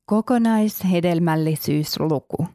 Kokonaishedelmällisyysluku.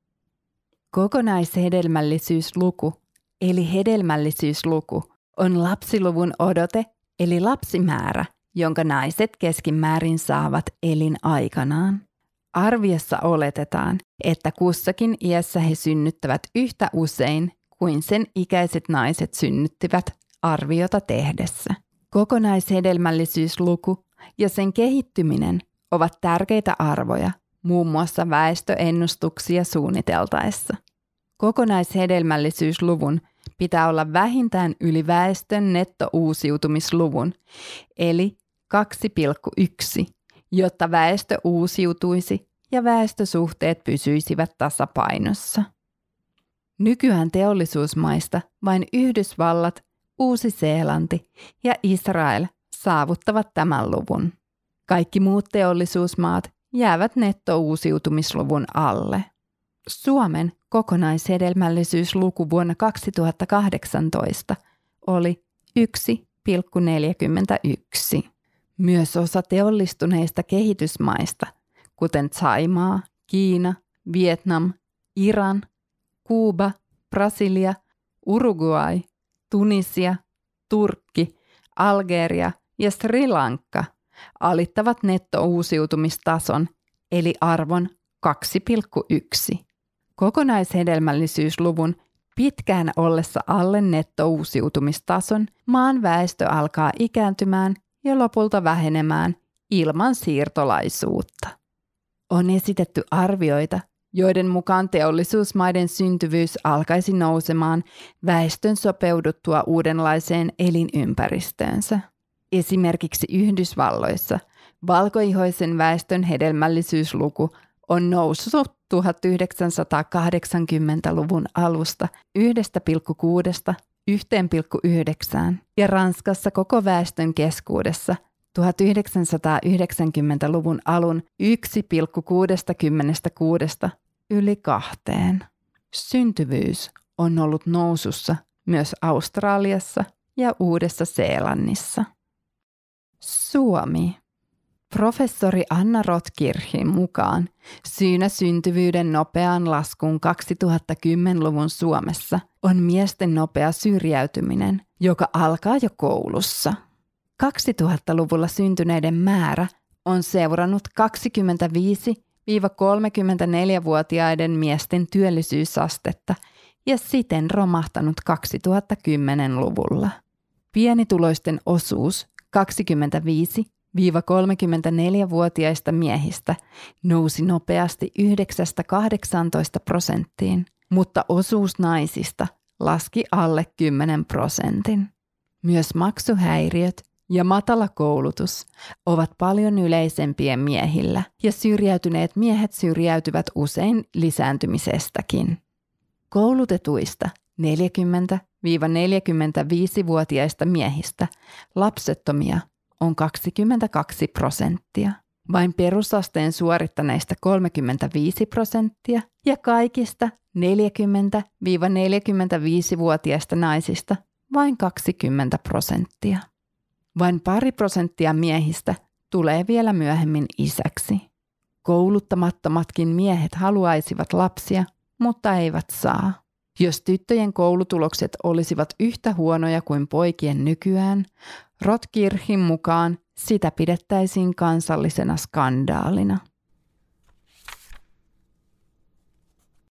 Kokonaishedelmällisyysluku eli hedelmällisyysluku on lapsiluvun odote eli lapsimäärä, jonka naiset keskimäärin saavat elinaikanaan. Arviossa oletetaan, että kussakin iässä he synnyttävät yhtä usein kuin sen ikäiset naiset synnyttivät arviota tehdessä. Kokonaishedelmällisyysluku ja sen kehittyminen ovat tärkeitä arvoja, muun muassa väestöennustuksia suunniteltaessa. Kokonaishedelmällisyysluvun pitää olla vähintään yli väestön nettouusiutumisluvun, eli 2,1, jotta väestö uusiutuisi ja väestösuhteet pysyisivät tasapainossa. Nykyään teollisuusmaista vain Yhdysvallat, Uusi-Seelanti ja Israel saavuttavat tämän luvun. Kaikki muut teollisuusmaat jäävät nettouusiutumisluvun alle. Suomen kokonaishedelmällisyysluku vuonna 2018 oli 1,41. Myös osa teollistuneista kehitysmaista, kuten Thaimaa, Kiina, Vietnam, Iran, Kuuba, Brasilia, Uruguay, Tunisia, Turkki, Algeria ja Sri Lanka alittavat nettouusiutumistason eli arvon 2,1. Kokonaishedelmällisyysluvun pitkään ollessa alle nettouusiutumistason maan väestö alkaa ikääntymään ja lopulta vähenemään ilman siirtolaisuutta. On esitetty arvioita, joiden mukaan teollisuusmaiden syntyvyys alkaisi nousemaan väestön sopeuduttua uudenlaiseen elinympäristöönsä. Esimerkiksi Yhdysvalloissa valkoihoisen väestön hedelmällisyysluku on noussut 1980-luvun alusta 1,6–1,9 ja Ranskassa koko väestön keskuudessa 1990-luvun alun 1,66 yli 2. Syntyvyys on ollut nousussa myös Australiassa ja Uudessa-Seelannissa. Suomi. Professori Anna Rotkirchin mukaan syynä syntyvyyden nopeaan laskuun 2010-luvun Suomessa on miesten nopea syrjäytyminen, joka alkaa jo koulussa. 2000-luvulla syntyneiden määrä on seurannut 25–34-vuotiaiden miesten työllisyysastetta ja siten romahtanut 2010-luvulla. Pienituloisten osuus 25–34-vuotiaista miehistä nousi nopeasti 9–18%, mutta osuus naisista laski alle 10%. Myös maksuhäiriöt ja matala koulutus ovat paljon yleisempiä miehillä ja syrjäytyneet miehet syrjäytyvät usein lisääntymisestäkin. Koulutetuista 40–45-vuotiaista miehistä lapsettomia on 22%, vain perusasteen suorittaneista 35% ja kaikista 40–45-vuotiaista naisista vain 20%. Vain 2% miehistä tulee vielä myöhemmin isäksi. Kouluttamattomatkin miehet haluaisivat lapsia, mutta eivät saa. Jos tyttöjen koulutulokset olisivat yhtä huonoja kuin poikien nykyään, Rotkirchin mukaan sitä pidettäisiin kansallisena skandaalina.